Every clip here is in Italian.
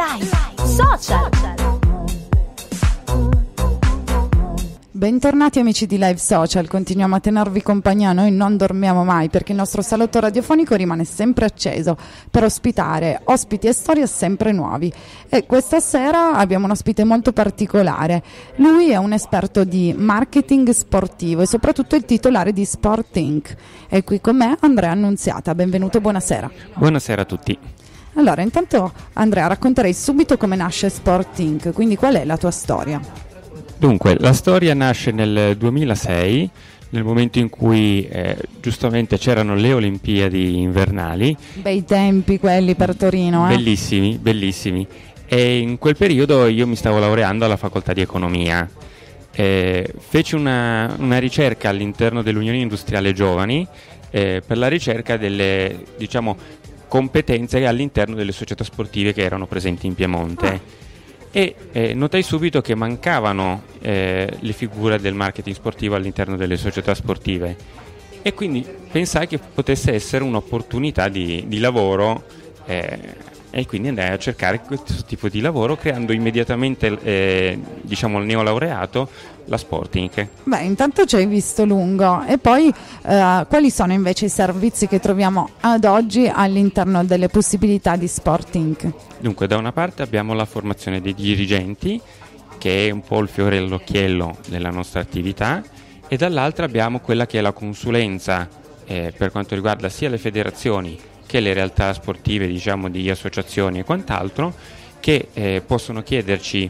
Live Social. Bentornati amici di Live Social, continuiamo a tenervi compagnia, noi non dormiamo mai perché il nostro salotto radiofonico rimane sempre acceso per ospitare ospiti e storie sempre nuovi, e questa sera abbiamo un ospite molto particolare. Lui è un esperto di marketing sportivo e soprattutto il titolare di Sport Inc. È qui con me Andrea Annunziata, benvenuto, buonasera. Buonasera a tutti. Allora, intanto Andrea, racconterei subito come nasce Sport Inc., quindi qual è la tua storia? Dunque, la storia nasce nel 2006, nel momento in cui giustamente c'erano le Olimpiadi invernali. Bei tempi quelli per Torino, Bellissimi, bellissimi. E in quel periodo io mi stavo laureando alla facoltà di economia. Feci una ricerca all'interno dell'Unione Industriale Giovani per la ricerca delle, competenze all'interno delle società sportive che erano presenti in Piemonte. E notai subito che mancavano le figure del marketing sportivo all'interno delle società sportive, e quindi pensai che potesse essere un'opportunità di lavoro, e quindi andai a cercare questo tipo di lavoro, creando immediatamente il neolaureato, la Sport Inc. Beh, intanto ci hai visto lungo, e poi quali sono invece i servizi che troviamo ad oggi all'interno delle possibilità di Sport Inc? Dunque, da una parte abbiamo la formazione dei dirigenti, che è un po' il fiore all'occhiello della nostra attività, e dall'altra abbiamo quella che è la consulenza per quanto riguarda sia le federazioni che le realtà sportive, di associazioni e quant'altro, che possono chiederci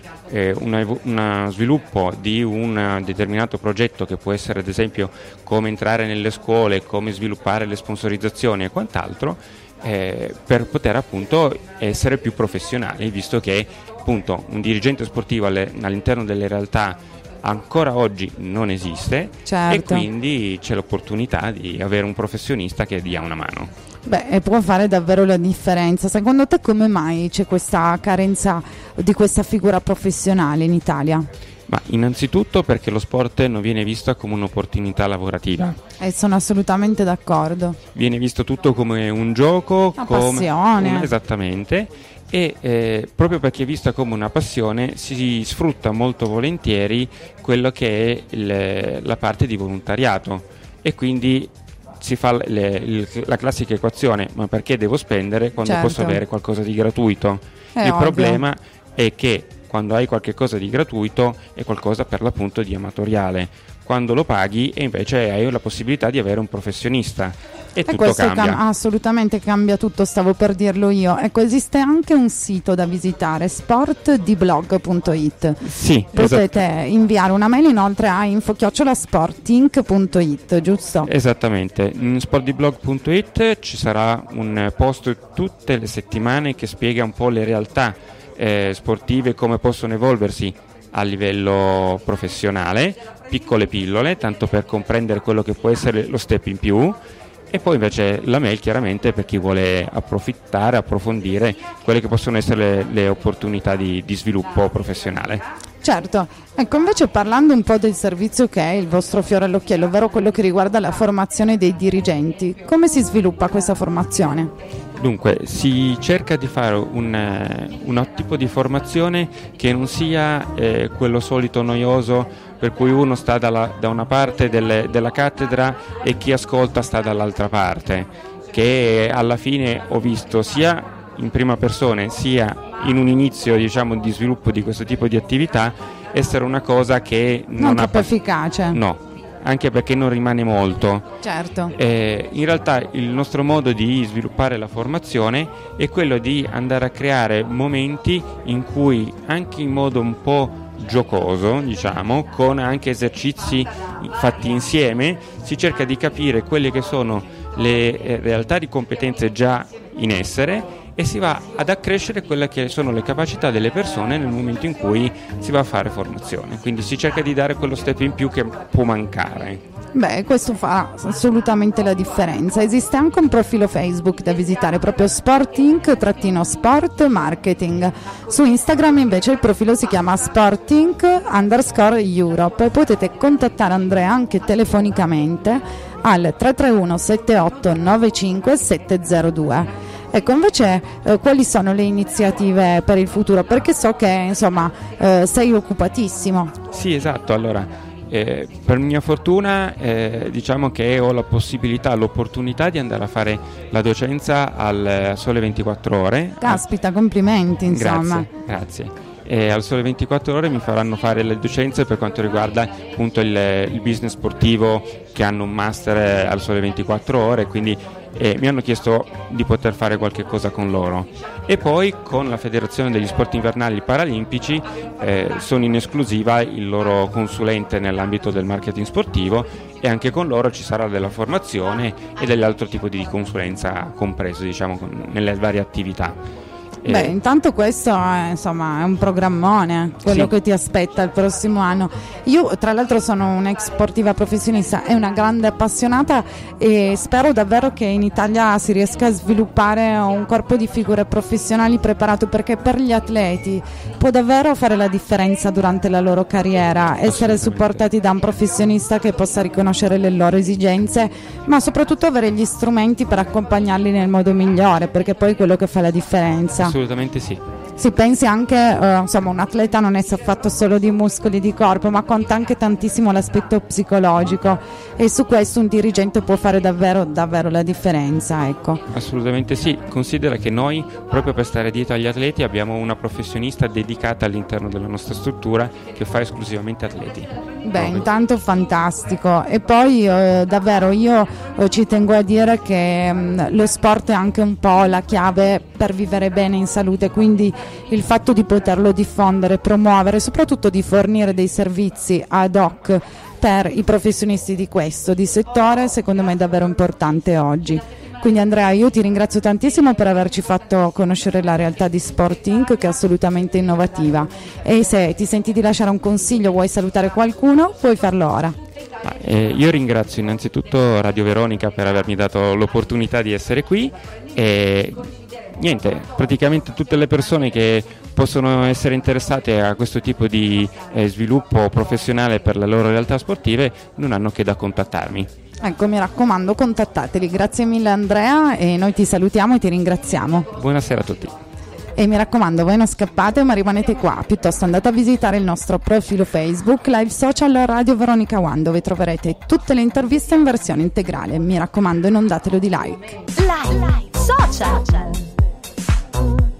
uno sviluppo di un determinato progetto, che può essere ad esempio come entrare nelle scuole, come sviluppare le sponsorizzazioni e quant'altro, per poter appunto essere più professionali, visto che appunto un dirigente sportivo all'interno delle realtà ancora oggi non esiste. Certo. E quindi c'è l'opportunità di avere un professionista che dia una mano. Beh, e può fare davvero la differenza. Secondo te come mai c'è questa carenza di questa figura professionale in Italia? Ma innanzitutto perché lo sport non viene visto come un'opportunità lavorativa. E sono assolutamente d'accordo. Viene visto tutto come un gioco, una passione. Esattamente. E proprio perché è vista come una passione si sfrutta molto volentieri quello che è la parte di volontariato, e quindi si fa la classica equazione: ma perché devo spendere quando posso avere qualcosa di gratuito? Il problema è che quando hai qualche cosa di gratuito è qualcosa per l'appunto di amatoriale, quando lo paghi e invece hai la possibilità di avere un professionista, e tutto questo cambia. Assolutamente cambia tutto, stavo per dirlo io. Ecco, esiste anche un sito da visitare, sportdiblog.it. Sì, potete inviare una mail inoltre a info@sportinc.it, giusto? Esattamente, in sportdiblog.it ci sarà un post tutte le settimane che spiega un po' le realtà sportive, come possono evolversi a livello professionale, piccole pillole, tanto per comprendere quello che può essere lo step in più, e poi invece la mail chiaramente per chi vuole approfondire quelle che possono essere le opportunità di sviluppo professionale. Certo, ecco, invece parlando un po' del servizio che è il vostro fiore all'occhiello, ovvero quello che riguarda la formazione dei dirigenti, come si sviluppa questa formazione? Dunque, si cerca di fare un tipo di formazione che non sia quello solito noioso, per cui uno sta da una parte della cattedra e chi ascolta sta dall'altra parte, che alla fine ho visto sia in prima persona sia in un inizio di sviluppo di questo tipo di attività essere una cosa che non troppo efficace. No, anche perché non rimane molto. Certo. In realtà il nostro modo di sviluppare la formazione è quello di andare a creare momenti in cui, anche in modo un po' giocoso, con anche esercizi fatti insieme, si cerca di capire quelle che sono le realtà di competenze già in essere, e si va ad accrescere quelle che sono le capacità delle persone nel momento in cui si va a fare formazione. Quindi si cerca di dare quello step in più che può mancare. Beh, questo fa assolutamente la differenza. Esiste anche un profilo Facebook da visitare, proprio Sport Inc.-Sport Marketing. Su Instagram invece il profilo si chiama Sport Inc._Europe. Potete contattare Andrea anche telefonicamente al 331 78 95 702. Ecco, invece quali sono le iniziative per il futuro? Perché so che insomma sei occupatissimo. Sì, esatto, allora per mia fortuna diciamo che ho la possibilità, l'opportunità di andare a fare la docenza al Sole 24 Ore. Caspita, complimenti insomma. Grazie. Al Sole 24 Ore mi faranno fare le docenze per quanto riguarda appunto il business sportivo, che hanno un master al Sole 24 Ore, quindi mi hanno chiesto di poter fare qualche cosa con loro. E poi con la Federazione degli Sport Invernali Paralimpici sono in esclusiva il loro consulente nell'ambito del marketing sportivo, e anche con loro ci sarà della formazione e dell'altro tipo di consulenza compreso, diciamo, nelle varie attività. Beh, intanto questo insomma è un programmone, quello che ti aspetta il prossimo anno. Io tra l'altro sono un'ex sportiva professionista e una grande appassionata, e spero davvero che in Italia si riesca a sviluppare un corpo di figure professionali preparato, perché per gli atleti può davvero fare la differenza durante la loro carriera essere supportati da un professionista che possa riconoscere le loro esigenze, ma soprattutto avere gli strumenti per accompagnarli nel modo migliore, perché poi è quello che fa la differenza. Assolutamente sì. Si pensi anche, insomma, un atleta non è fatto solo di muscoli e di corpo, ma conta anche tantissimo l'aspetto psicologico, e su questo un dirigente può fare davvero la differenza, ecco. Assolutamente sì, considera che noi proprio per stare dietro agli atleti abbiamo una professionista dedicata all'interno della nostra struttura che fa esclusivamente atleti. Beh, intanto fantastico. E poi davvero io ci tengo a dire che lo sport è anche un po' la chiave per vivere bene in salute, quindi il fatto di poterlo diffondere, promuovere, soprattutto di fornire dei servizi ad hoc per i professionisti di settore, secondo me è davvero importante oggi. Quindi Andrea, io ti ringrazio tantissimo per averci fatto conoscere la realtà di Sport Inc., che è assolutamente innovativa, e se ti senti di lasciare un consiglio, vuoi salutare qualcuno, puoi farlo ora. Io ringrazio innanzitutto Radio Veronica per avermi dato l'opportunità di essere qui, e niente, praticamente tutte le persone che possono essere interessate a questo tipo di sviluppo professionale per le loro realtà sportive non hanno che da contattarmi. Ecco, mi raccomando, contattateli. Grazie mille Andrea, e noi ti salutiamo e ti ringraziamo. Buonasera a tutti. E mi raccomando, voi non scappate ma rimanete qua, piuttosto andate a visitare il nostro profilo Facebook, live social Radio Veronica One, dove troverete tutte le interviste in versione integrale. Mi raccomando, non datelo di like. Social.